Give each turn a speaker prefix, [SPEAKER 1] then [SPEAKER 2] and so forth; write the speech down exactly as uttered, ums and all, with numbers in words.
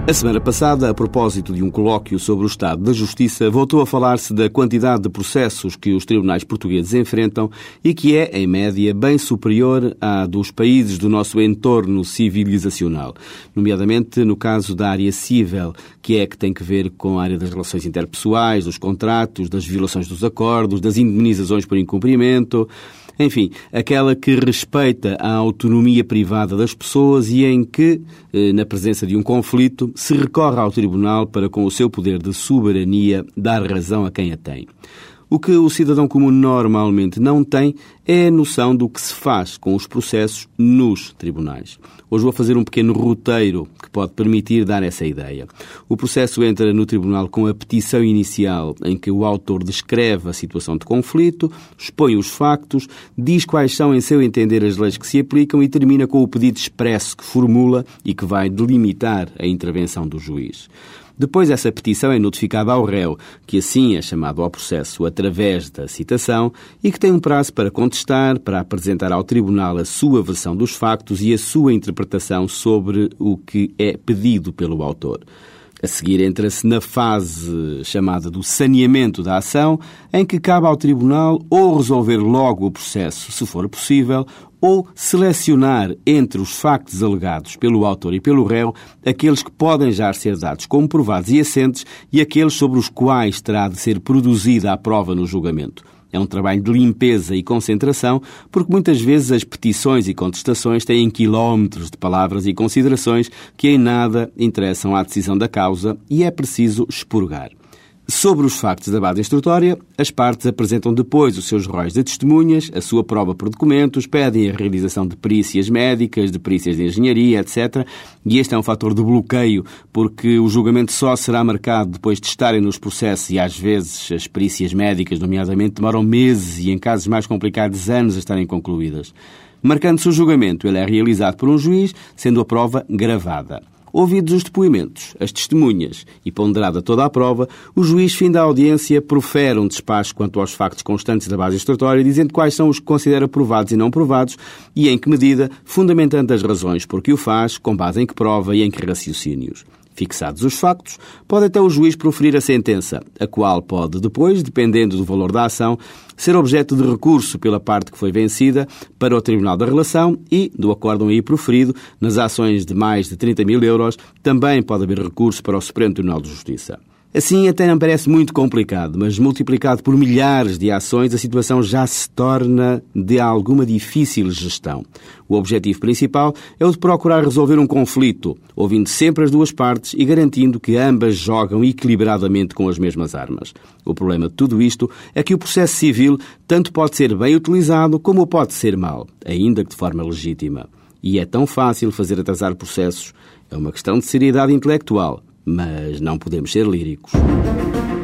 [SPEAKER 1] A semana passada, a propósito de um colóquio sobre o estado da justiça, voltou a falar-se da quantidade de processos que os tribunais portugueses enfrentam e que é, em média, bem superior à dos países do nosso entorno civilizacional, nomeadamente no caso da área civil, que é que tem que ver com a área das relações interpessoais, dos contratos, das violações dos acordos, das indemnizações por incumprimento. Enfim, aquela que respeita a autonomia privada das pessoas e em que, na presença de um conflito, se recorre ao tribunal para, com o seu poder de soberania, dar razão a quem a tem. O que o cidadão comum normalmente não tem é a noção do que se faz com os processos nos tribunais. Hoje vou fazer um pequeno roteiro que pode permitir dar essa ideia. O processo entra no tribunal com a petição inicial, em que o autor descreve a situação de conflito, expõe os factos, diz quais são, em seu entender, as leis que se aplicam e termina com o pedido expresso que formula e que vai delimitar a intervenção do juiz. Depois, essa petição é notificada ao réu, que assim é chamado ao processo através da citação e que tem um prazo para contestar, para apresentar ao tribunal a sua versão dos factos e a sua interpretação sobre o que é pedido pelo autor. A seguir, entra-se na fase chamada do saneamento da ação, em que cabe ao tribunal ou resolver logo o processo, se for possível, ou selecionar entre os factos alegados pelo autor e pelo réu aqueles que podem já ser dados como provados e assentes e aqueles sobre os quais terá de ser produzida a prova no julgamento. É um trabalho de limpeza e concentração, porque muitas vezes as petições e contestações têm quilómetros de palavras e considerações que em nada interessam à decisão da causa e é preciso expurgar. Sobre os factos da base instrutória, as partes apresentam depois os seus róis de testemunhas, a sua prova por documentos, pedem a realização de perícias médicas, de perícias de engenharia, etcétera. E este é um fator de bloqueio, porque o julgamento só será marcado depois de estarem nos processos e, às vezes, as perícias médicas, nomeadamente, demoram meses e, em casos mais complicados, anos a estarem concluídas. Marcando-se o julgamento, ele é realizado por um juiz, sendo a prova gravada. Ouvidos os depoimentos, as testemunhas e ponderada toda a prova, o juiz, fim da audiência, profere um despacho quanto aos factos constantes da base instrutória, dizendo quais são os que considera provados e não provados e em que medida, fundamentando as razões por que o faz, com base em que prova e em que raciocínios. Fixados os factos, pode até o juiz proferir a sentença, a qual pode depois, dependendo do valor da ação, ser objeto de recurso pela parte que foi vencida para o Tribunal da Relação e, do acórdão aí proferido, nas ações de mais de trinta mil euros, também pode haver recurso para o Supremo Tribunal de Justiça. Assim, até não parece muito complicado, mas multiplicado por milhares de ações, a situação já se torna de alguma difícil gestão. O objetivo principal é o de procurar resolver um conflito, ouvindo sempre as duas partes e garantindo que ambas jogam equilibradamente com as mesmas armas. O problema de tudo isto é que o processo civil tanto pode ser bem utilizado como pode ser mal, ainda que de forma legítima. E é tão fácil fazer atrasar processos. É uma questão de seriedade intelectual. Mas não podemos ser líricos.